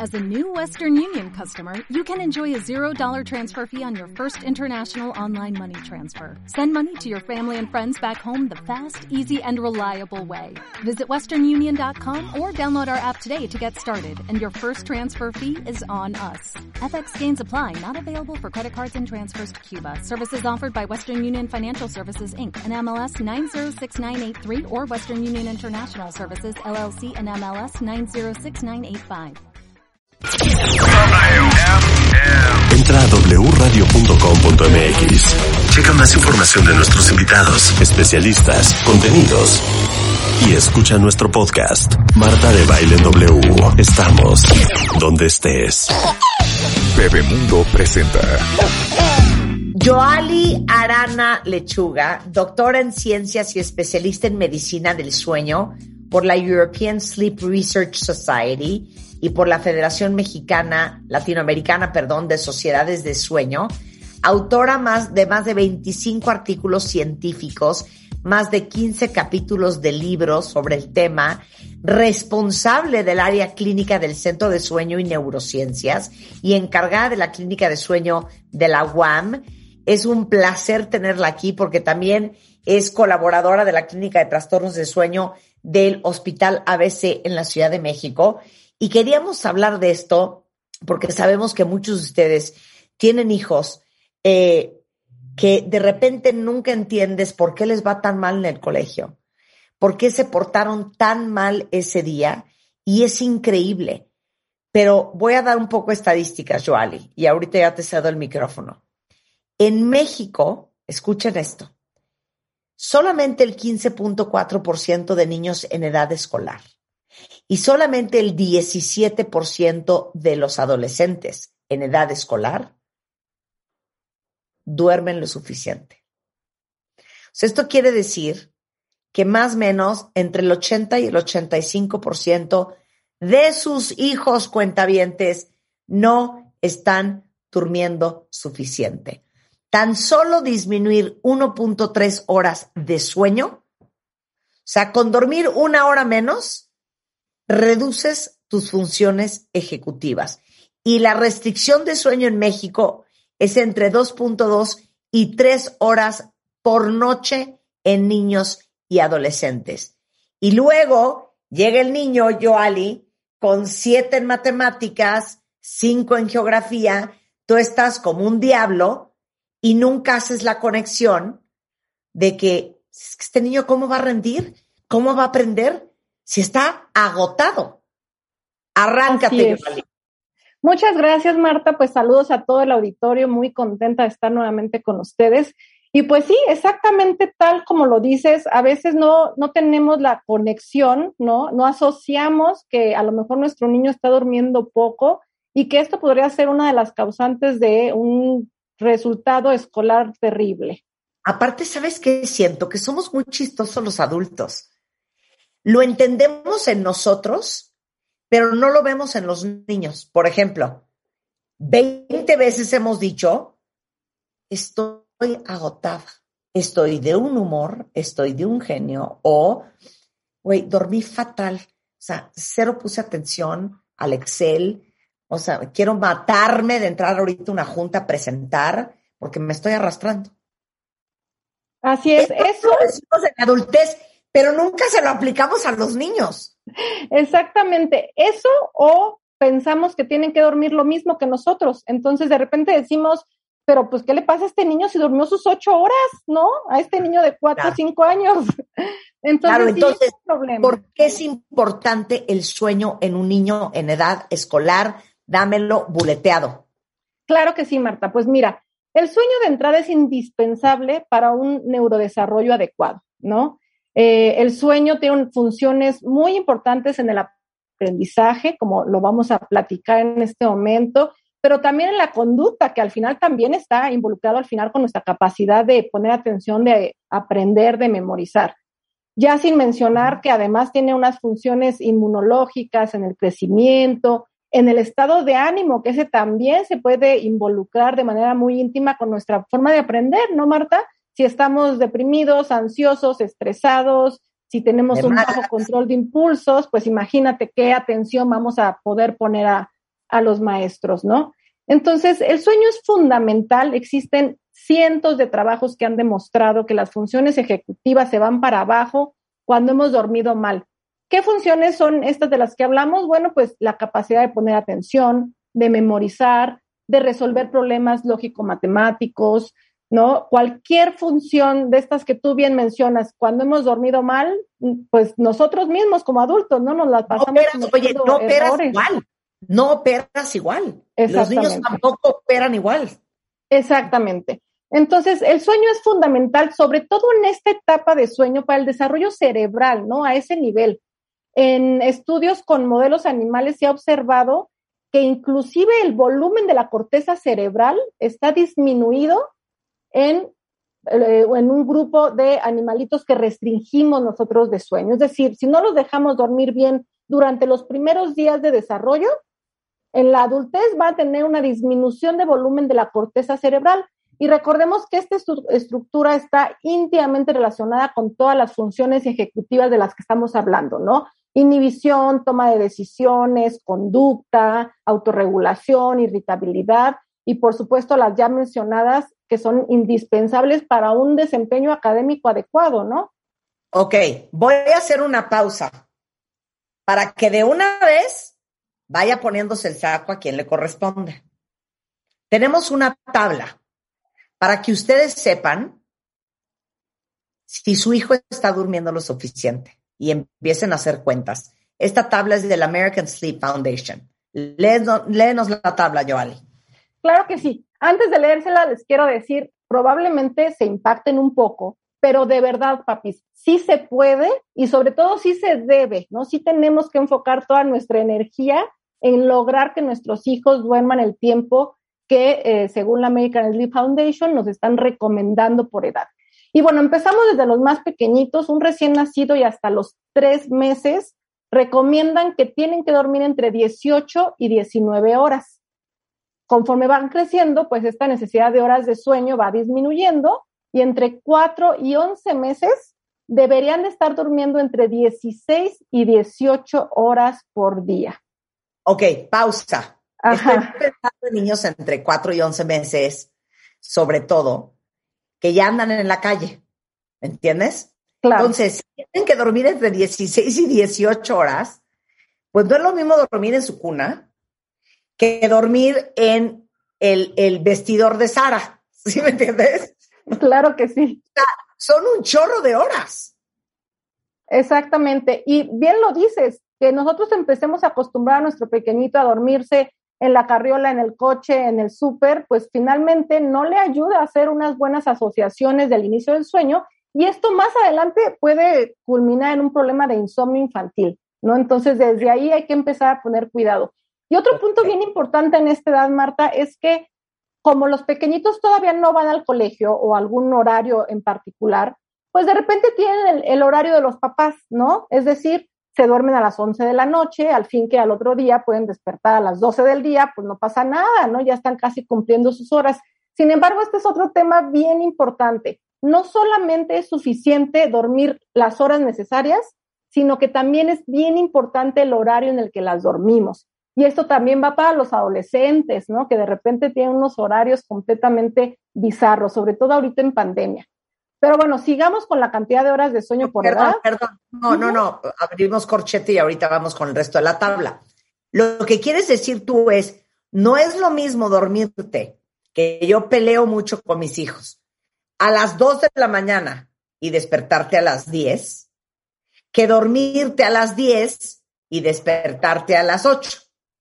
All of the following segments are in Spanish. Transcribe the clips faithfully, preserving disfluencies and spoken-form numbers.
As a new Western Union customer, you can enjoy a zero dollars transfer fee on your first international online money transfer. Send money to your family and friends back home the fast, easy, and reliable way. Visit western union dot com or download our app today to get started, and your first transfer fee is on us. F X gains apply, not available for credit cards and transfers to Cuba. Services offered by Western Union Financial Services, Incorporated, and M L S nine zero six nine eight three or Western Union International Services, L L C, and M L S nine zero six nine eight five. Entra a w radio punto com punto m x. Checa más información de nuestros invitados, especialistas, contenidos y escucha nuestro podcast. Marta de Baile en W. Estamos donde estés. Bebemundo presenta Yoali Arana Lechuga, doctora en ciencias y especialista en medicina del sueño por la European Sleep Research Society y por la Federación Mexicana, Latinoamericana, perdón, de Sociedades de Sueño, autora más de más de veinticinco artículos científicos, más de quince capítulos de libros sobre el tema, responsable del área clínica del Centro de Sueño y Neurociencias y encargada de la clínica de sueño de la U A M. Es un placer tenerla aquí porque también es colaboradora de la clínica de trastornos de sueño del Hospital A B C en la Ciudad de México. Y queríamos hablar de esto porque sabemos que muchos de ustedes tienen hijos eh, que de repente nunca entiendes por qué les va tan mal en el colegio, por qué se portaron tan mal ese día, y es increíble. Pero voy a dar un poco de estadísticas, Yoali, y ahorita ya te cedo el micrófono. En México, escuchen esto, solamente el quince punto cuatro por ciento de niños en edad escolar y solamente el diecisiete por ciento de los adolescentes en edad escolar duermen lo suficiente. O sea, esto quiere decir que más o menos entre el ochenta y el ochenta y cinco por ciento de sus hijos cuentavientes no están durmiendo suficiente. Tan solo disminuir uno punto tres horas de sueño, o sea, con dormir una hora menos, reduces tus funciones ejecutivas. Y la restricción de sueño en México es entre dos punto dos y tres horas por noche en niños y adolescentes. Y luego llega el niño, Yoali, con siete en matemáticas, cinco en geografía, tú estás como un diablo y nunca haces la conexión de que este niño, ¿cómo va a rendir? ¿Cómo va a aprender? Si está agotado. Arráncate, Yoali. Muchas gracias, Marta. Pues saludos a todo el auditorio. Muy contenta de estar nuevamente con ustedes. Y pues sí, exactamente tal como lo dices, a veces no, no tenemos la conexión, ¿no? No asociamos que a lo mejor nuestro niño está durmiendo poco y que esto podría ser una de las causantes de un resultado escolar terrible. Aparte, ¿sabes qué siento? Que somos muy chistosos los adultos. Lo entendemos en nosotros, pero no lo vemos en los niños. Por ejemplo, veinte veces hemos dicho, estoy agotada, estoy de un humor, estoy de un genio, o, güey, dormí fatal. O sea, cero puse atención al Excel. O sea, quiero matarme de entrar ahorita a una junta a presentar porque me estoy arrastrando. Así es. Esto eso lo decimos en la adultez, pero nunca se lo aplicamos a los niños. Exactamente. Eso, o pensamos que tienen que dormir lo mismo que nosotros. Entonces, de repente decimos, pero pues, ¿qué le pasa a este niño si durmió sus ocho horas, no? A este niño de cuatro o Claro. cinco años. Entonces, Claro, sí, entonces, es un problema. ¿por qué es importante el sueño en un niño en edad escolar? Dámelo buleteado. Claro que sí, Marta. Pues mira, el sueño de entrada es indispensable para un neurodesarrollo adecuado, ¿no? Eh, el sueño tiene funciones muy importantes en el aprendizaje, como lo vamos a platicar en este momento, pero también en la conducta, que al final también está involucrado al final con nuestra capacidad de poner atención, de aprender, de memorizar. Ya sin mencionar que además tiene unas funciones inmunológicas en el crecimiento, en el estado de ánimo, que ese también se puede involucrar de manera muy íntima con nuestra forma de aprender, ¿no, Marta? Si estamos deprimidos, ansiosos, estresados, si tenemos un bajo control de impulsos, pues imagínate qué atención vamos a poder poner a, a los maestros, ¿no? Entonces, el sueño es fundamental. Existen cientos de trabajos que han demostrado que las funciones ejecutivas se van para abajo cuando hemos dormido mal. ¿Qué funciones son estas de las que hablamos? Bueno, pues la capacidad de poner atención, de memorizar, de resolver problemas lógico-matemáticos, ¿no? Cualquier función de estas que tú bien mencionas, cuando hemos dormido mal, pues nosotros mismos como adultos, ¿no? Nos las pasamos. No operas, oye, no operas errores. igual, no operas igual. Los niños tampoco operan igual. Exactamente. Entonces, el sueño es fundamental, sobre todo en esta etapa de sueño para el desarrollo cerebral, ¿no? A ese nivel. En estudios con modelos animales se ha observado que inclusive el volumen de la corteza cerebral está disminuido en, eh, en un grupo de animalitos que restringimos nosotros de sueño. Es decir, si no los dejamos dormir bien durante los primeros días de desarrollo, en la adultez va a tener una disminución de volumen de la corteza cerebral. Y recordemos que esta estructura está íntimamente relacionada con todas las funciones ejecutivas de las que estamos hablando, ¿no? Inhibición, toma de decisiones, conducta, autorregulación, irritabilidad y, por supuesto, las ya mencionadas que son indispensables para un desempeño académico adecuado, ¿no? Ok, voy a hacer una pausa para que de una vez vaya poniéndose el saco a quien le corresponde. Tenemos una tabla para que ustedes sepan si su hijo está durmiendo lo suficiente y empiecen a hacer cuentas. Esta tabla es del American Sleep Foundation. Léenos, léenos la tabla, Yoali. Claro que sí. Antes de leérsela, les quiero decir, probablemente se impacten un poco, pero de verdad, papis, sí se puede y sobre todo sí se debe, ¿no? Sí tenemos que enfocar toda nuestra energía en lograr que nuestros hijos duerman el tiempo que, eh, según la American Sleep Foundation, nos están recomendando por edad. Y bueno, empezamos desde los más pequeñitos, un recién nacido y hasta los tres meses, recomiendan que tienen que dormir entre dieciocho y diecinueve horas. Conforme van creciendo, pues esta necesidad de horas de sueño va disminuyendo y entre cuatro y once meses deberían de estar durmiendo entre dieciséis y dieciocho horas por día. Ok, pausa. Ajá. Estoy pensando en niños entre cuatro y once meses, sobre todo, que ya andan en la calle, ¿entiendes? Claro. Entonces, si tienen que dormir entre dieciséis y dieciocho horas, pues no es lo mismo dormir en su cuna que dormir en el, el vestidor de Sara, ¿sí me entiendes? Claro que sí. O sea, son un chorro de horas. Exactamente, y bien lo dices, que nosotros empecemos a acostumbrar a nuestro pequeñito a dormirse en la carriola, en el coche, en el súper, pues finalmente no le ayuda a hacer unas buenas asociaciones del inicio del sueño y esto más adelante puede culminar en un problema de insomnio infantil, ¿no? Entonces, desde ahí hay que empezar a poner cuidado. Y otro punto bien importante en esta edad, Marta, es que como los pequeñitos todavía no van al colegio o algún horario en particular, pues de repente tienen el, el horario de los papás, ¿no? Es decir, se duermen a las once de la noche, al fin que al otro día pueden despertar a las doce del día, pues no pasa nada, ¿no? Ya están casi cumpliendo sus horas. Sin embargo, este es otro tema bien importante. No solamente es suficiente dormir las horas necesarias, sino que también es bien importante el horario en el que las dormimos. Y esto también va para los adolescentes, ¿no? Que de repente tienen unos horarios completamente bizarros, sobre todo ahorita en pandemia. Pero bueno, sigamos con la cantidad de horas de sueño por perdón, edad. Perdón, no, uh-huh. no, no, abrimos corchete y ahorita vamos con el resto de la tabla. Lo que quieres decir tú es, no es lo mismo dormirte, que yo peleo mucho con mis hijos, a las dos de la mañana y despertarte a las diez, que dormirte a las diez y despertarte a las ocho.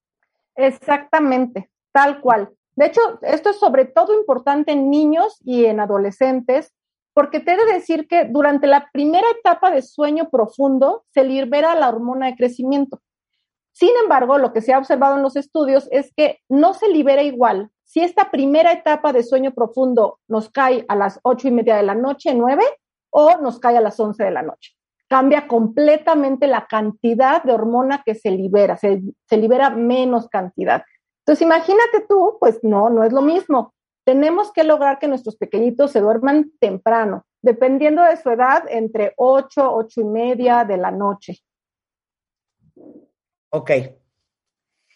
Exactamente, tal cual. De hecho, esto es sobre todo importante en niños y en adolescentes, porque te he de decir que durante la primera etapa de sueño profundo se libera la hormona de crecimiento. Sin embargo, lo que se ha observado en los estudios es que no se libera igual si esta primera etapa de sueño profundo nos cae a las ocho y media de la noche, nueve, o nos cae a las once de la noche. Cambia completamente la cantidad de hormona que se libera, se, se libera menos cantidad. Entonces, imagínate tú, pues no, no es lo mismo. Tenemos que lograr que nuestros pequeñitos se duerman temprano, dependiendo de su edad, entre ocho, ocho y media de la noche. Ok.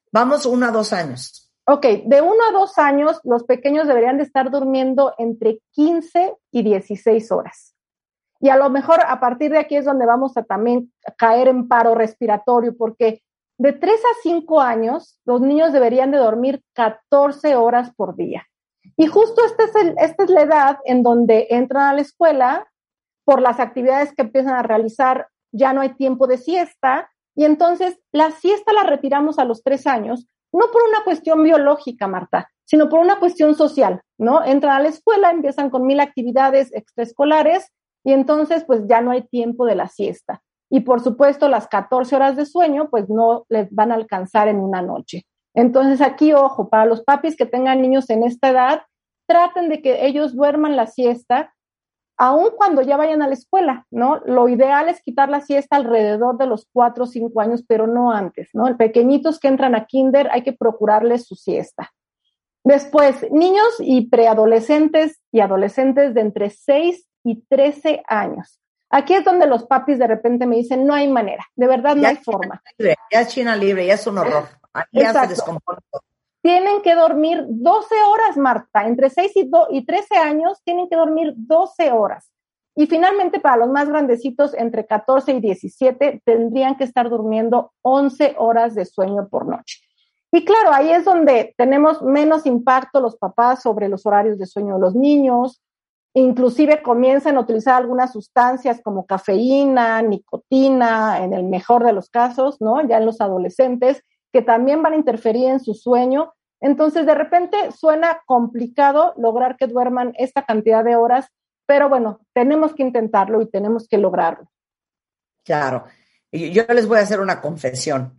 Vamos uno a dos años. Ok, de uno a dos años, los pequeños deberían de estar durmiendo entre quince y dieciséis horas. Y a lo mejor a partir de aquí es donde vamos a también caer en paro respiratorio, porque de tres a cinco años, los niños deberían de dormir catorce horas por día. Y justo esta es, el, esta es la edad en donde entran a la escuela, por las actividades que empiezan a realizar, ya no hay tiempo de siesta, y entonces la siesta la retiramos a los tres años, no por una cuestión biológica, Marta, sino por una cuestión social, ¿no? Entran a la escuela, empiezan con mil actividades extraescolares, y entonces pues ya no hay tiempo de la siesta. Y por supuesto las catorce horas de sueño pues no les van a alcanzar en una noche. Entonces aquí, ojo, para los papis que tengan niños en esta edad, traten de que ellos duerman la siesta, aun cuando ya vayan a la escuela, ¿no? Lo ideal es quitar la siesta alrededor de los cuatro o cinco años, pero no antes, ¿no? Pequeñitos que entran a kinder hay que procurarles su siesta. Después, niños y preadolescentes y adolescentes de entre seis y trece años. Aquí es donde los papis de repente me dicen, no hay manera, de verdad no ya hay forma. Libre, ya es China libre, ya es un horror. Aquí ya se descompone. Tienen que dormir doce horas, Marta, entre seis y trece años tienen que dormir doce horas. Y finalmente para los más grandecitos, entre catorce y diecisiete, tendrían que estar durmiendo once horas de sueño por noche. Y claro, ahí es donde tenemos menos impacto los papás sobre los horarios de sueño de los niños. Inclusive comienzan a utilizar algunas sustancias como cafeína, nicotina, en el mejor de los casos, ¿no? Ya en los adolescentes, que también van a interferir en su sueño. Entonces, de repente suena complicado lograr que duerman esta cantidad de horas, pero bueno, tenemos que intentarlo y tenemos que lograrlo. Claro. Yo les voy a hacer una confesión.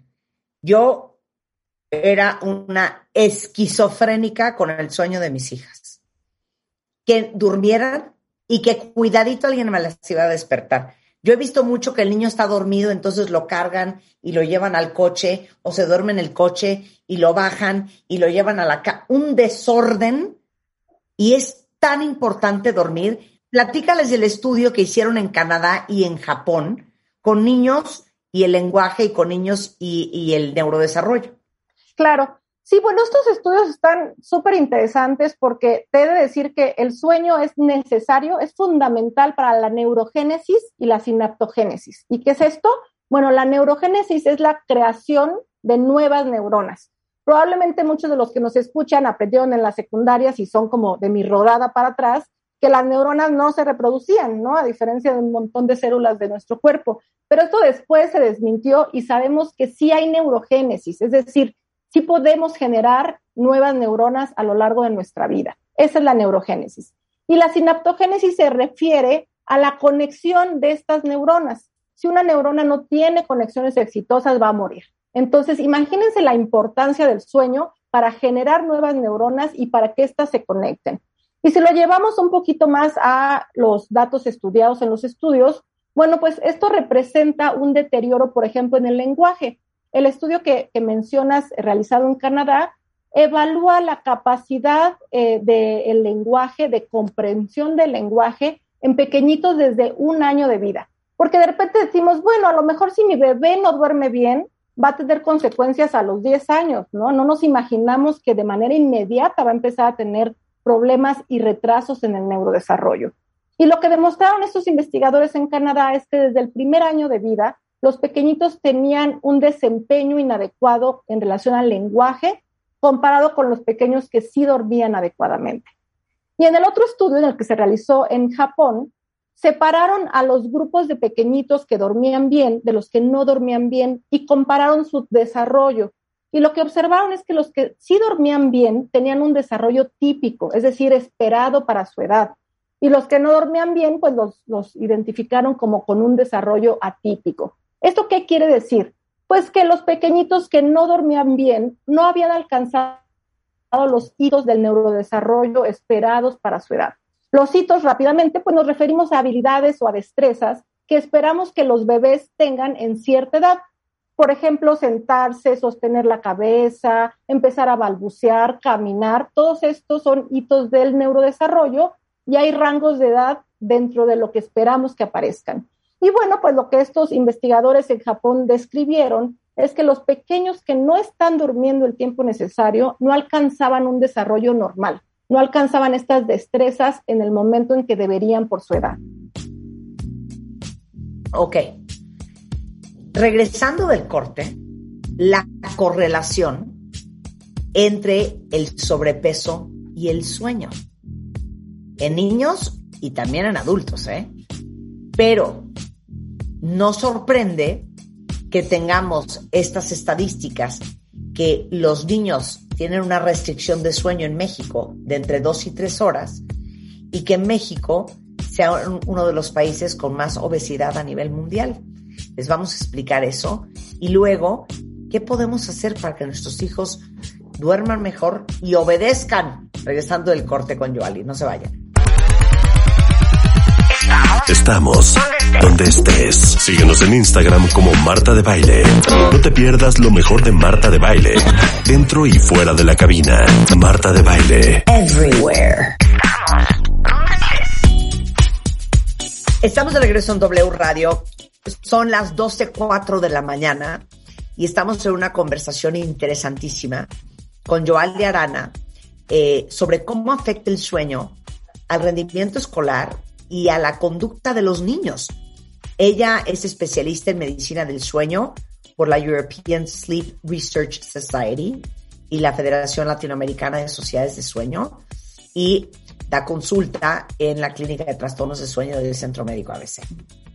Yo era una esquizofrénica con el sueño de mis hijas. Que durmieran y que cuidadito alguien me las iba a despertar. Yo he visto mucho que el niño está dormido, entonces lo cargan y lo llevan al coche, o se duerme en el coche y lo bajan y lo llevan a la cama. Un desorden, y es tan importante dormir. Platícales del estudio que hicieron en Canadá y en Japón con niños y el lenguaje, y con niños y, y el neurodesarrollo. Claro. Sí, bueno, estos estudios están súper interesantes porque te he de decir que el sueño es necesario, es fundamental para la neurogénesis y la sinaptogénesis. ¿Y qué es esto? Bueno, la neurogénesis es la creación de nuevas neuronas. Probablemente muchos de los que nos escuchan aprendieron en la secundaria, si son como de mi rodada para atrás, que las neuronas no se reproducían, ¿no? A diferencia de un montón de células de nuestro cuerpo. Pero esto después se desmintió y sabemos que sí hay neurogénesis, es decir, sí podemos generar nuevas neuronas a lo largo de nuestra vida. Esa es la neurogénesis. Y la sinaptogénesis se refiere a la conexión de estas neuronas. Si una neurona no tiene conexiones exitosas, va a morir. Entonces, imagínense la importancia del sueño para generar nuevas neuronas y para que éstas se conecten. Y si lo llevamos un poquito más a los datos estudiados en los estudios, bueno, pues esto representa un deterioro, por ejemplo, en el lenguaje. El estudio que, que mencionas, realizado en Canadá, evalúa la capacidad eh, del lenguaje, de comprensión del lenguaje en pequeñitos desde un año de vida. Porque de repente decimos, bueno, a lo mejor si mi bebé no duerme bien, va a tener consecuencias a los diez años, ¿no? No nos imaginamos que de manera inmediata va a empezar a tener problemas y retrasos en el neurodesarrollo. Y lo que demostraron estos investigadores en Canadá es que desde el primer año de vida, los pequeñitos tenían un desempeño inadecuado en relación al lenguaje comparado con los pequeños que sí dormían adecuadamente. Y en el otro estudio, en el que se realizó en Japón, separaron a los grupos de pequeñitos que dormían bien de los que no dormían bien y compararon su desarrollo. Y lo que observaron es que los que sí dormían bien tenían un desarrollo típico, es decir, esperado para su edad. Y los que no dormían bien, pues los, los identificaron como con un desarrollo atípico. ¿Esto qué quiere decir? Pues que los pequeñitos que no dormían bien no habían alcanzado los hitos del neurodesarrollo esperados para su edad. Los hitos, rápidamente, pues nos referimos a habilidades o a destrezas que esperamos que los bebés tengan en cierta edad. Por ejemplo, sentarse, sostener la cabeza, empezar a balbucear, caminar. Todos estos son hitos del neurodesarrollo y hay rangos de edad dentro de lo que esperamos que aparezcan. Y bueno, pues lo que estos investigadores en Japón describieron es que los pequeños que no están durmiendo el tiempo necesario no alcanzaban un desarrollo normal, no alcanzaban estas destrezas en el momento en que deberían por su edad. Ok. Regresando del corte, la correlación entre el sobrepeso y el sueño. En niños y también en adultos, ¿eh? Pero no sorprende que tengamos estas estadísticas que los niños tienen una restricción de sueño en México de entre dos y tres horas y que en México sea uno de los países con más obesidad a nivel mundial. Les vamos a explicar eso y luego qué podemos hacer para que nuestros hijos duerman mejor y obedezcan. Regresando del corte con Yoali, no se vayan. Estamos donde estés. Síguenos en Instagram como Marta de Baile. No te pierdas lo mejor de Marta de Baile, dentro y fuera de la cabina. Marta de Baile. Everywhere. Estamos de regreso en W Radio. Son las doce cuatro de la mañana y estamos en una conversación interesantísima con Yoali Arana eh, sobre cómo afecta el sueño al rendimiento escolar y a la conducta de los niños. Ella es especialista en medicina del sueño por la European Sleep Research Society y la Federación Latinoamericana de Sociedades de Sueño y da consulta en la Clínica de Trastornos de Sueño del Centro Médico A B C.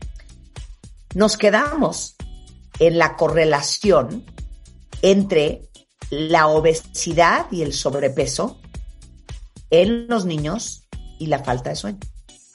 Nos quedamos en la correlación entre la obesidad y el sobrepeso en los niños y la falta de sueño.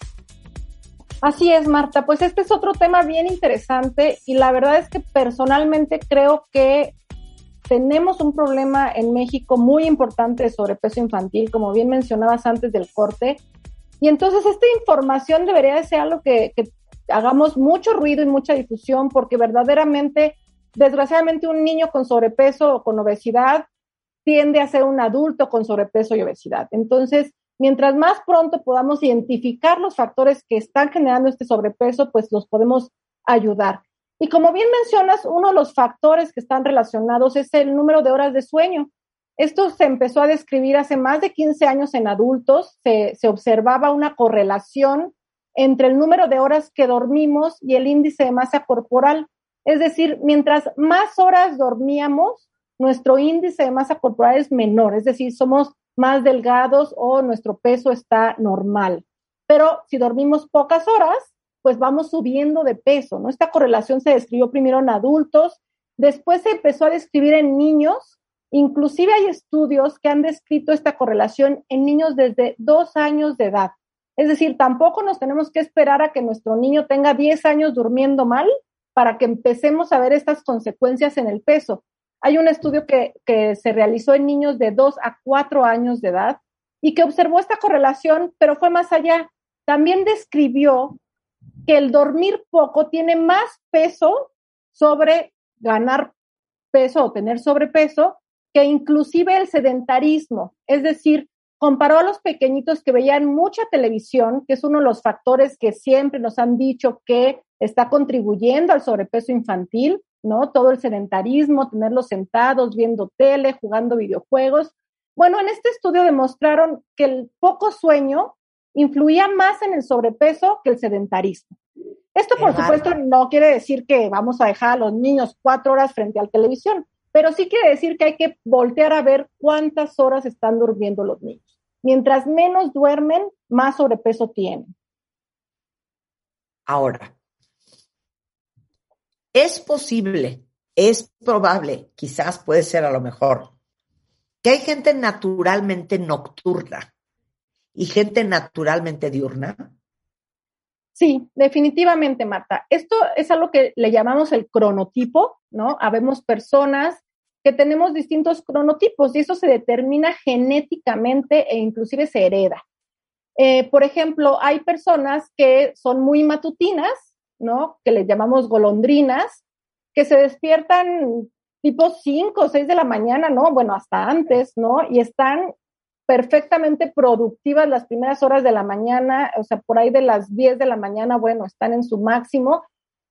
Así es, Marta. Pues este es otro tema bien interesante y la verdad es que personalmente creo que tenemos un problema en México muy importante de sobrepeso infantil, como bien mencionabas antes del corte. Y entonces esta información debería de ser algo que, que hagamos mucho ruido y mucha difusión, porque verdaderamente, desgraciadamente, un niño con sobrepeso o con obesidad tiende a ser un adulto con sobrepeso y obesidad. Entonces, mientras más pronto podamos identificar los factores que están generando este sobrepeso, pues los podemos ayudar. Y como bien mencionas, uno de los factores que están relacionados es el número de horas de sueño. Esto se empezó a describir hace más de quince años en adultos. Se, se observaba una correlación entre el número de horas que dormimos y el índice de masa corporal. Es decir, mientras más horas dormíamos, nuestro índice de masa corporal es menor, es decir, somos más delgados o nuestro peso está normal. Pero si dormimos pocas horas, pues vamos subiendo de peso, ¿no? Esta correlación se describió primero en adultos, después se empezó a describir en niños, inclusive hay estudios que han descrito esta correlación en niños desde dos años de edad. Es decir, tampoco nos tenemos que esperar a que nuestro niño tenga diez años durmiendo mal para que empecemos a ver estas consecuencias en el peso. Hay un estudio que, que se realizó en niños de dos a cuatro años de edad y que observó esta correlación, pero fue más allá. También describió que el dormir poco tiene más peso sobre ganar peso o tener sobrepeso que inclusive el sedentarismo. Es decir, comparó a los pequeñitos que veían mucha televisión, que es uno de los factores que siempre nos han dicho que está contribuyendo al sobrepeso infantil, ¿no? Todo el sedentarismo, tenerlos sentados, viendo tele, jugando videojuegos. Bueno, en este estudio demostraron que el poco sueño influía más en el sobrepeso que el sedentarismo. Esto, por supuesto, no quiere decir que vamos a dejar a los niños cuatro horas frente a la televisión, pero sí quiere decir que hay que voltear a ver cuántas horas están durmiendo los niños. Mientras menos duermen, más sobrepeso tienen. Ahora, es posible, es probable, quizás puede ser a lo mejor, que hay gente naturalmente nocturna y gente naturalmente diurna. Sí, definitivamente, Marta. Esto es algo que le llamamos el cronotipo, ¿no? Habemos personas que tenemos distintos cronotipos y eso se determina genéticamente e inclusive se hereda. Eh, por ejemplo, hay personas que son muy matutinas, ¿no? Que les llamamos golondrinas, que se despiertan tipo cinco o seis de la mañana, ¿no? Bueno, hasta antes, ¿no? Y están perfectamente productivas las primeras horas de la mañana, o sea, por ahí de las diez de la mañana, bueno, están en su máximo.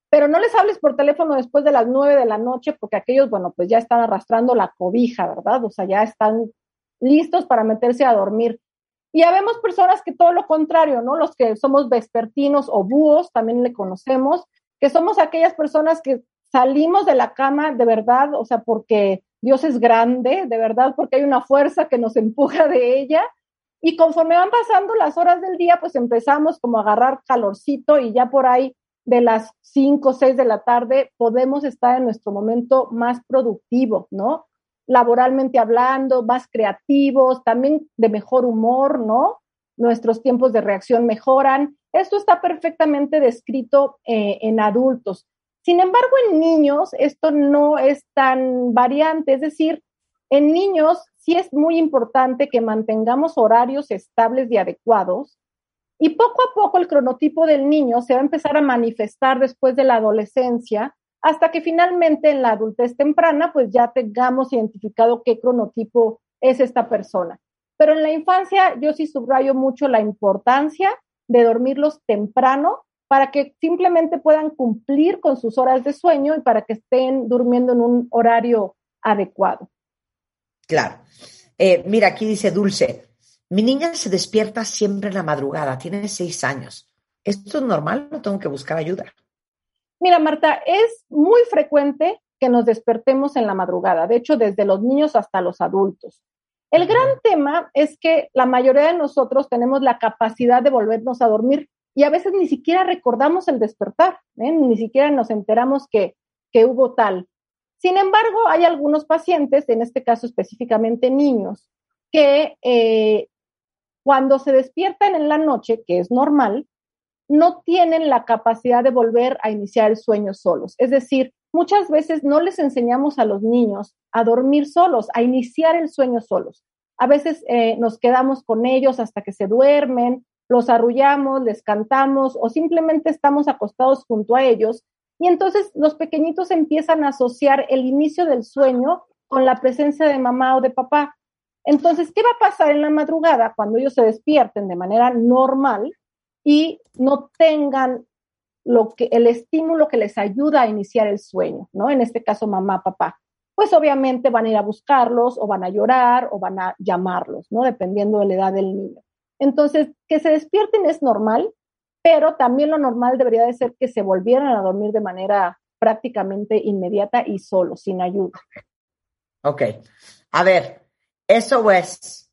pero no les hables por teléfono después de las nueve de la noche, porque aquellos, bueno, pues ya están arrastrando la cobija, ¿verdad? O sea, ya están listos para meterse a dormir. Y habemos personas que todo lo contrario, ¿no? Los que somos vespertinos o búhos, también le conocemos, que somos aquellas personas que salimos de la cama de verdad, o sea, porque Dios es grande, de verdad, porque hay una fuerza que nos empuja de ella. Y conforme van pasando las horas del día, pues empezamos como a agarrar calorcito y ya por ahí de las cinco o seis de la tarde podemos estar en nuestro momento más productivo, ¿no? Laboralmente hablando, más creativos, también de mejor humor, ¿no? Nuestros tiempos de reacción mejoran. Esto está perfectamente descrito eh, en adultos. Sin embargo, en niños esto no es tan variante, es decir, en niños sí es muy importante que mantengamos horarios estables y adecuados, y poco a poco el cronotipo del niño se va a empezar a manifestar después de la adolescencia, hasta que finalmente en la adultez temprana pues ya tengamos identificado qué cronotipo es esta persona. Pero en la infancia yo sí subrayo mucho la importancia de dormirlos temprano para que simplemente puedan cumplir con sus horas de sueño y para que estén durmiendo en un horario adecuado. Claro. Eh, mira, aquí dice Dulce, mi niña se despierta siempre en la madrugada, tiene seis años. ¿Esto es normal o tengo que buscar ayuda? Mira, Marta, es muy frecuente que nos despertemos en la madrugada, de hecho, desde los niños hasta los adultos. El gran tema es que la mayoría de nosotros tenemos la capacidad de volvernos a dormir y a veces ni siquiera recordamos el despertar, ¿eh? Ni siquiera nos enteramos que, que hubo tal. Sin embargo, hay algunos pacientes, en este caso específicamente niños, que eh, cuando se despiertan en la noche, que es normal, no tienen la capacidad de volver a iniciar el sueño solos. Es decir, muchas veces no les enseñamos a los niños a dormir solos, a iniciar el sueño solos. A veces eh, nos quedamos con ellos hasta que se duermen, los arrullamos, les cantamos o simplemente estamos acostados junto a ellos. Y entonces los pequeñitos empiezan a asociar el inicio del sueño con la presencia de mamá o de papá. Entonces, ¿qué va a pasar en la madrugada cuando ellos se despierten de manera normal y no tengan lo que, el estímulo que les ayuda a iniciar el sueño, ¿no? En este caso, mamá, papá. Pues obviamente van a ir a buscarlos o van a llorar o van a llamarlos, ¿no? Dependiendo de la edad del niño. Entonces, que se despierten es normal, pero también lo normal debería de ser que se volvieran a dormir de manera prácticamente inmediata y solo, sin ayuda. Ok. A ver, eso es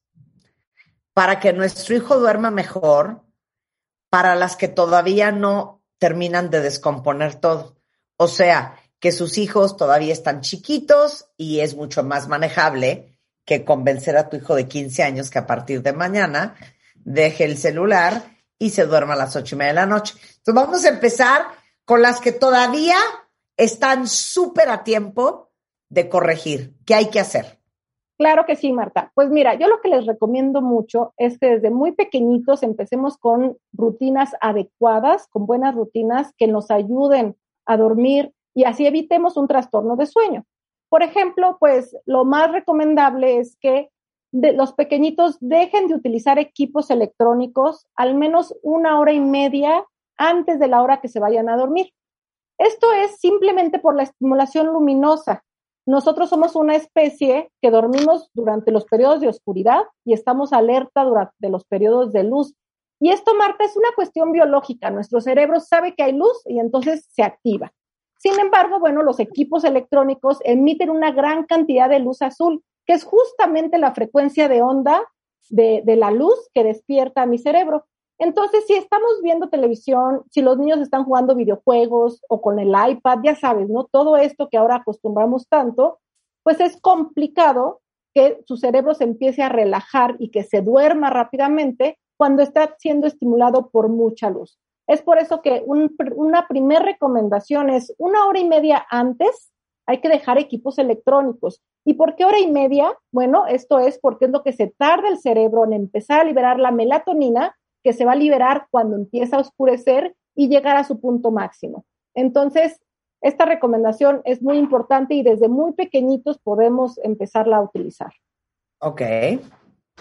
para que nuestro hijo duerma mejor, para las que todavía no terminan de descomponer todo. O sea, que sus hijos todavía están chiquitos y es mucho más manejable que convencer a tu hijo de quince años que a partir de mañana deje el celular y se duerma a las ocho y media de la noche. Entonces vamos a empezar con las que todavía están súper a tiempo de corregir. ¿Qué hay que hacer? Claro que sí, Marta. Pues mira, yo lo que les recomiendo mucho es que desde muy pequeñitos empecemos con rutinas adecuadas, con buenas rutinas que nos ayuden a dormir y así evitemos un trastorno de sueño. Por ejemplo, pues lo más recomendable es que de los pequeñitos dejen de utilizar equipos electrónicos al menos una hora y media antes de la hora que se vayan a dormir. Esto es simplemente por la estimulación luminosa. Nosotros somos una especie que dormimos durante los periodos de oscuridad y estamos alerta durante los periodos de luz. Y esto, Marta, es una cuestión biológica. Nuestro cerebro sabe que hay luz y entonces se activa. Sin embargo, bueno, los equipos electrónicos emiten una gran cantidad de luz azul, que es justamente la frecuencia de onda de, de la luz que despierta a mi cerebro. Entonces, si estamos viendo televisión, si los niños están jugando videojuegos o con el iPad, ya sabes, ¿no? Todo esto que ahora acostumbramos tanto, pues es complicado que su cerebro se empiece a relajar y que se duerma rápidamente cuando está siendo estimulado por mucha luz. Es por eso que un, una primera recomendación es una hora y media antes hay que dejar equipos electrónicos. ¿Y por qué hora y media? Bueno, esto es porque es lo que se tarda el cerebro en empezar a liberar la melatonina, que se va a liberar cuando empieza a oscurecer y llegar a su punto máximo. Entonces, esta recomendación es muy importante y desde muy pequeñitos podemos empezarla a utilizar. Ok.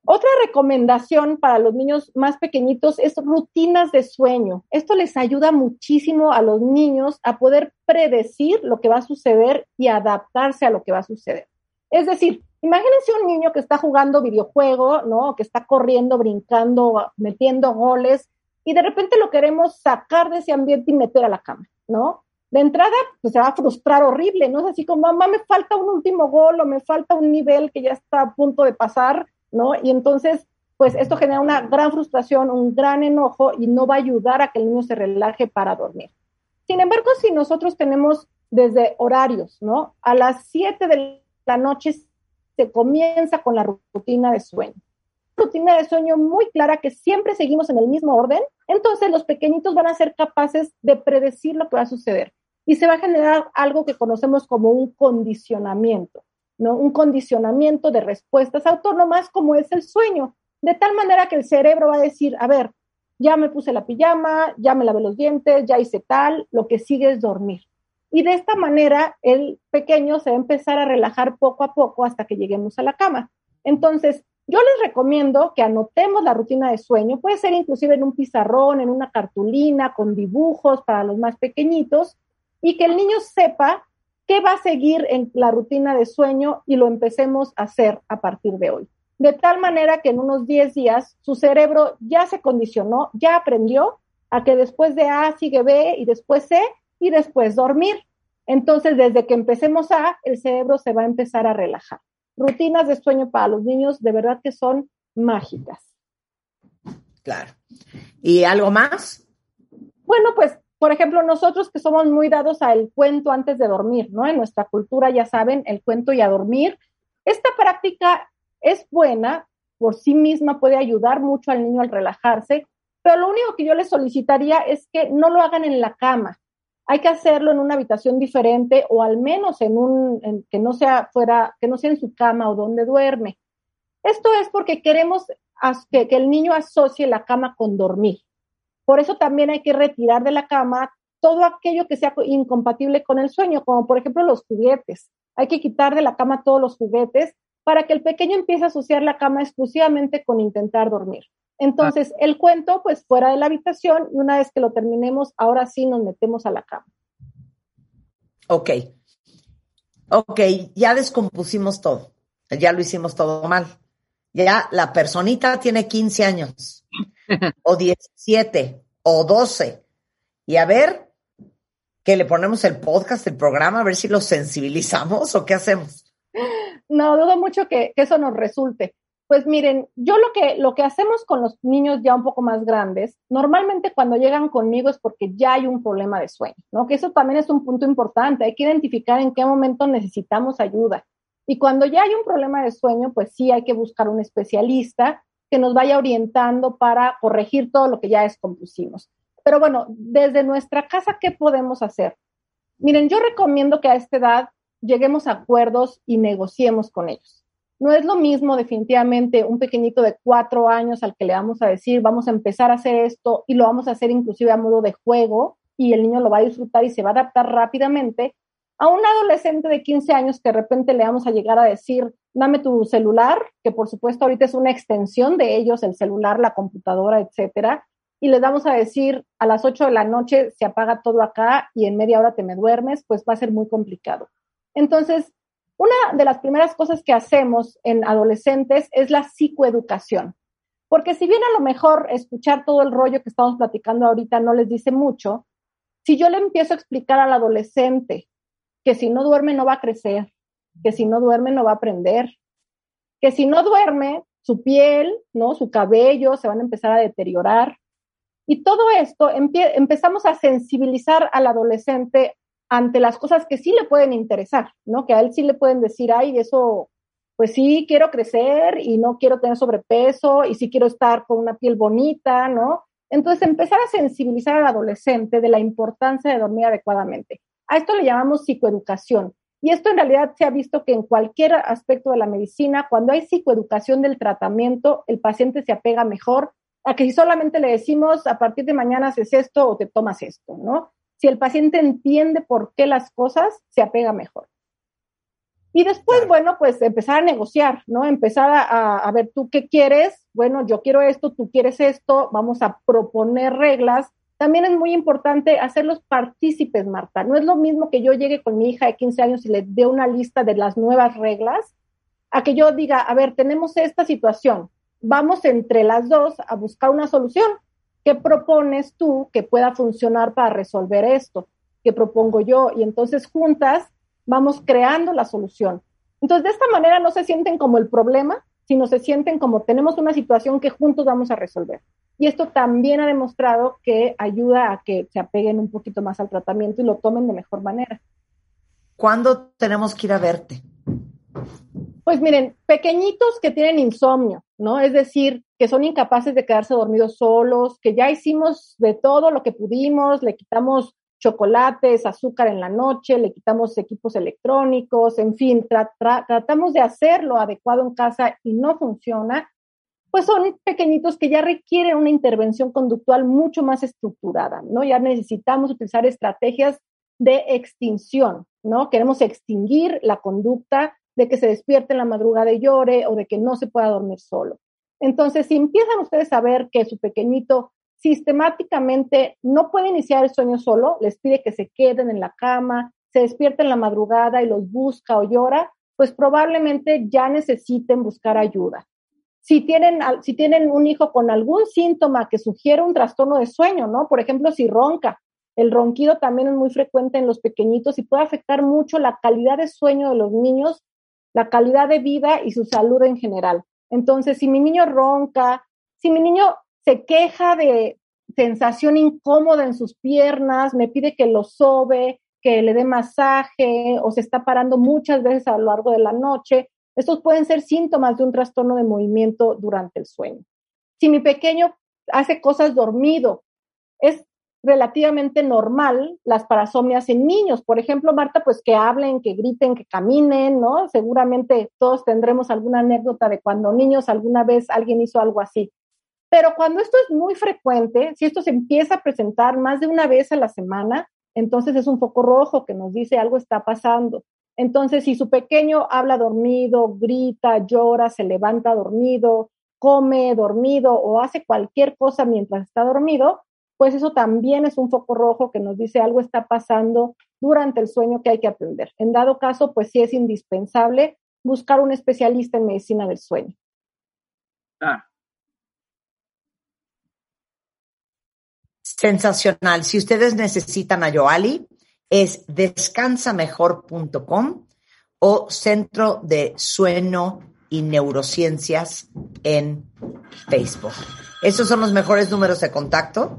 Otra recomendación para los niños más pequeñitos es rutinas de sueño. Esto les ayuda muchísimo a los niños a poder predecir lo que va a suceder y adaptarse a lo que va a suceder. Es decir, imagínense un niño que está jugando videojuego, ¿no? Que está corriendo, brincando, metiendo goles, y de repente lo queremos sacar de ese ambiente y meter a la cama, ¿no? De entrada, pues se va a frustrar horrible, ¿no? Es así como, mamá, me falta un último gol o me falta un nivel que ya está a punto de pasar, ¿no? Y entonces, pues esto genera una gran frustración, un gran enojo y no va a ayudar a que el niño se relaje para dormir. Sin embargo, si nosotros tenemos desde horarios, ¿no? A las siete de la noche se comienza con la rutina de sueño. Rutina de sueño muy clara que siempre seguimos en el mismo orden, entonces los pequeñitos van a ser capaces de predecir lo que va a suceder y se va a generar algo que conocemos como un condicionamiento, ¿no? Un condicionamiento de respuestas autónomas como es el sueño, de tal manera que el cerebro va a decir, a ver, ya me puse la pijama, ya me lavé los dientes, ya hice tal, lo que sigue es dormir. Y de esta manera el pequeño se va a empezar a relajar poco a poco hasta que lleguemos a la cama. Entonces, yo les recomiendo que anotemos la rutina de sueño, puede ser inclusive en un pizarrón, en una cartulina, con dibujos para los más pequeñitos, y que el niño sepa qué va a seguir en la rutina de sueño y lo empecemos a hacer a partir de hoy. De tal manera que en unos diez días su cerebro ya se condicionó, ya aprendió a que después de A sigue B y después C y después dormir. Entonces, desde que empecemos A, el cerebro se va a empezar a relajar. Rutinas de sueño para los niños de verdad que son mágicas. Claro. ¿Y algo más? Bueno, pues, por ejemplo, nosotros que somos muy dados al cuento antes de dormir, ¿no? En nuestra cultura, ya saben, el cuento y a dormir. Esta práctica es buena, por sí misma puede ayudar mucho al niño al relajarse, pero lo único que yo les solicitaría es que no lo hagan en la cama. Hay que hacerlo en una habitación diferente o al menos en un, en, que no sea fuera, que no sea en su cama o donde duerme. Esto es porque queremos as, que, que el niño asocie la cama con dormir. Por eso también hay que retirar de la cama todo aquello que sea incompatible con el sueño, como por ejemplo los juguetes. Hay que quitar de la cama todos los juguetes para que el pequeño empiece a asociar la cama exclusivamente con intentar dormir. Entonces, ah. el cuento, pues, fuera de la habitación, y una vez que lo terminemos, ahora sí nos metemos a la cama. Ok. Ok, ya descompusimos todo. Ya lo hicimos todo mal. Ya la personita tiene quince años, o diecisiete, o doce. Y a ver, que le ponemos el podcast, el programa, a ver si lo sensibilizamos, o qué hacemos. No, dudo mucho que, que eso nos resulte. Pues miren, yo lo que, lo que hacemos con los niños ya un poco más grandes, normalmente cuando llegan conmigo es porque ya hay un problema de sueño, ¿no? Que eso también es un punto importante, hay que identificar en qué momento necesitamos ayuda. Y cuando ya hay un problema de sueño, pues sí hay que buscar un especialista que nos vaya orientando para corregir todo lo que ya descompusimos. Pero bueno, desde nuestra casa, ¿qué podemos hacer? Miren, yo recomiendo que a esta edad lleguemos a acuerdos y negociemos con ellos. No es lo mismo definitivamente un pequeñito de cuatro años al que le vamos a decir, vamos a empezar a hacer esto y lo vamos a hacer inclusive a modo de juego y el niño lo va a disfrutar y se va a adaptar rápidamente, a un adolescente de quince años que de repente le vamos a llegar a decir, dame tu celular, que por supuesto ahorita es una extensión de ellos, el celular, la computadora, etcétera, y les vamos a decir a las ocho de la noche se apaga todo acá y en media hora te me duermes, pues va a ser muy complicado. Entonces, una de las primeras cosas que hacemos en adolescentes es la psicoeducación, porque si bien a lo mejor escuchar todo el rollo que estamos platicando ahorita no les dice mucho, si yo le empiezo a explicar al adolescente que si no duerme no va a crecer, que si no duerme no va a aprender, que si no duerme su piel, ¿no? Su cabello se van a empezar a deteriorar, y todo esto empie- empezamos a sensibilizar al adolescente ante las cosas que sí le pueden interesar, ¿no? Que a él sí le pueden decir, ay, eso, pues sí, quiero crecer y no quiero tener sobrepeso y sí quiero estar con una piel bonita, ¿no? Entonces, empezar a sensibilizar al adolescente de la importancia de dormir adecuadamente. A esto le llamamos psicoeducación. Y esto en realidad se ha visto que en cualquier aspecto de la medicina, cuando hay psicoeducación del tratamiento, el paciente se apega mejor a que si solamente le decimos, a partir de mañana haces esto o te tomas esto, ¿no? Si el paciente entiende por qué las cosas, se apega mejor. Y después, claro. bueno, pues empezar a negociar, ¿no? Empezar a, a ver, ¿tú qué quieres? Bueno, yo quiero esto, tú quieres esto, vamos a proponer reglas. También es muy importante hacerlos partícipes, Marta. No es lo mismo que yo llegue con mi hija de quince años y le dé una lista de las nuevas reglas, a que yo diga, a ver, tenemos esta situación, vamos entre las dos a buscar una solución. ¿Qué propones tú que pueda funcionar para resolver esto? ¿Qué propongo yo? Y entonces juntas vamos creando la solución. Entonces, de esta manera no se sienten como el problema, sino se sienten como tenemos una situación que juntos vamos a resolver. Y esto también ha demostrado que ayuda a que se apeguen un poquito más al tratamiento y lo tomen de mejor manera. ¿Cuándo tenemos que ir a verte? Pues miren, pequeñitos que tienen insomnio, ¿no? Es decir, que son incapaces de quedarse dormidos solos, que ya hicimos de todo lo que pudimos, le quitamos chocolates, azúcar en la noche, le quitamos equipos electrónicos, en fin, tra- tra- tratamos de hacerlo adecuado en casa y no funciona, pues son pequeñitos que ya requieren una intervención conductual mucho más estructurada, ¿no? Ya necesitamos utilizar estrategias de extinción, ¿no? Queremos extinguir la conducta de que se despierte en la madrugada y llore o de que no se pueda dormir solo. Entonces, si empiezan ustedes a ver que su pequeñito sistemáticamente no puede iniciar el sueño solo, les pide que se queden en la cama, se despierta en la madrugada y los busca o llora, pues probablemente ya necesiten buscar ayuda. Si tienen, si tienen un hijo con algún síntoma que sugiere un trastorno de sueño, ¿no? Por ejemplo, si ronca, el ronquido también es muy frecuente en los pequeñitos y puede afectar mucho la calidad de sueño de los niños, la calidad de vida y su salud en general. Entonces, si mi niño ronca, si mi niño se queja de sensación incómoda en sus piernas, me pide que lo sobe, que le dé masaje o se está parando muchas veces a lo largo de la noche, estos pueden ser síntomas de un trastorno de movimiento durante el sueño. Si mi pequeño hace cosas dormido, es relativamente normal las parasomnias en niños. Por ejemplo, Marta, pues que hablen, que griten, que caminen, ¿no? Seguramente todos tendremos alguna anécdota de cuando niños alguna vez alguien hizo algo así. Pero cuando esto es muy frecuente, si esto se empieza a presentar más de una vez a la semana, entonces es un foco rojo que nos dice algo está pasando. Entonces, si su pequeño habla dormido, grita, llora, se levanta dormido, come dormido o hace cualquier cosa mientras está dormido, pues eso también es un foco rojo que nos dice algo está pasando durante el sueño que hay que atender. En dado caso, pues sí es indispensable buscar un especialista en medicina del sueño. Ah. Sensacional. Si ustedes necesitan a Yoali, es descansa mejor punto com o Centro de Sueño y Neurociencias en Facebook. ¿Esos son los mejores números de contacto?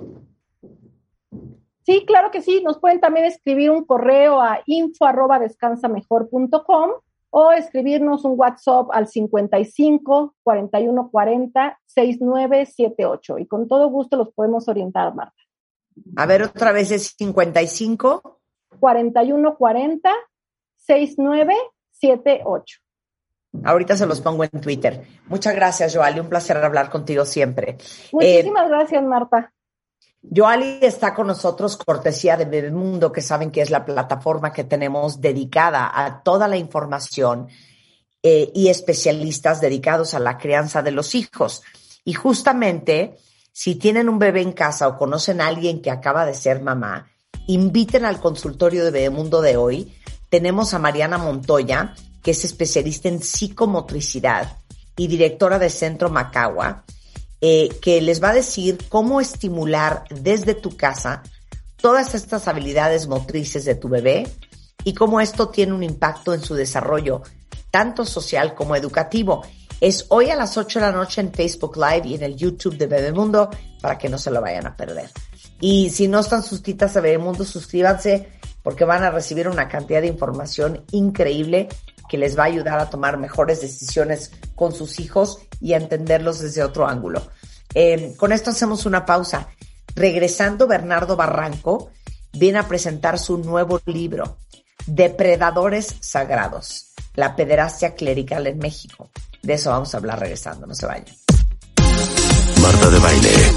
Sí, claro que sí. Nos pueden también escribir un correo a info arroba descansa mejor punto com o escribirnos un WhatsApp al cincuenta y cinco, cuarenta y uno cuarenta, sesenta y nueve setenta y ocho y con todo gusto los podemos orientar, Marta. A ver, otra vez es cincuenta y cinco, cuarenta y uno cuarenta, sesenta y nueve setenta y ocho. Ahorita se los pongo en Twitter. Muchas gracias, Yoali. Un placer hablar contigo siempre. Muchísimas eh, gracias, Marta. Yoali está con nosotros cortesía de Bebemundo, que saben que es la plataforma que tenemos dedicada a toda la información eh, y especialistas dedicados a la crianza de los hijos. Y justamente, si tienen un bebé en casa o conocen a alguien que acaba de ser mamá, inviten al consultorio de Bebemundo de hoy. Tenemos a Mariana Montoya, que es especialista en psicomotricidad y directora de Centro Macagua, eh, que les va a decir cómo estimular desde tu casa todas estas habilidades motrices de tu bebé y cómo esto tiene un impacto en su desarrollo, tanto social como educativo. Es hoy a las ocho de la noche en Facebook Live y en el YouTube de Bebemundo para que no se lo vayan a perder. Y si no están suscritas a Bebemundo, suscríbanse porque van a recibir una cantidad de información increíble que les va a ayudar a tomar mejores decisiones con sus hijos y a entenderlos desde otro ángulo. Eh, con esto hacemos una pausa. Regresando, Bernardo Barranco viene a presentar su nuevo libro, Depredadores Sagrados, la pederastia clerical en México. De eso vamos a hablar regresando, no se vayan. Marta de Baile, solo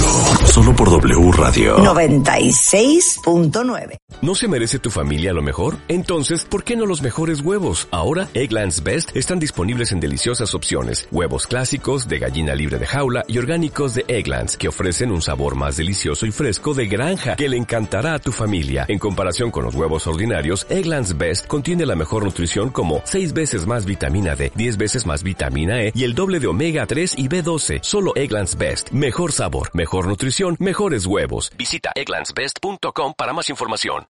Solo por W Radio noventa y seis punto nueve. ¿No se merece tu familia lo mejor? Entonces, ¿por qué no los mejores huevos? Ahora, Eggland's Best están disponibles en deliciosas opciones. Huevos clásicos, de gallina libre de jaula y orgánicos de Eggland's, que ofrecen un sabor más delicioso y fresco de granja que le encantará a tu familia. En comparación con los huevos ordinarios, Eggland's Best contiene la mejor nutrición como seis veces más vitamina D, diez veces más vitamina E y el doble de omega tres y B doce. Solo Eggland's Best. Mejor sabor, mejor nutrición, mejores huevos. Visita egglands best punto com para más información.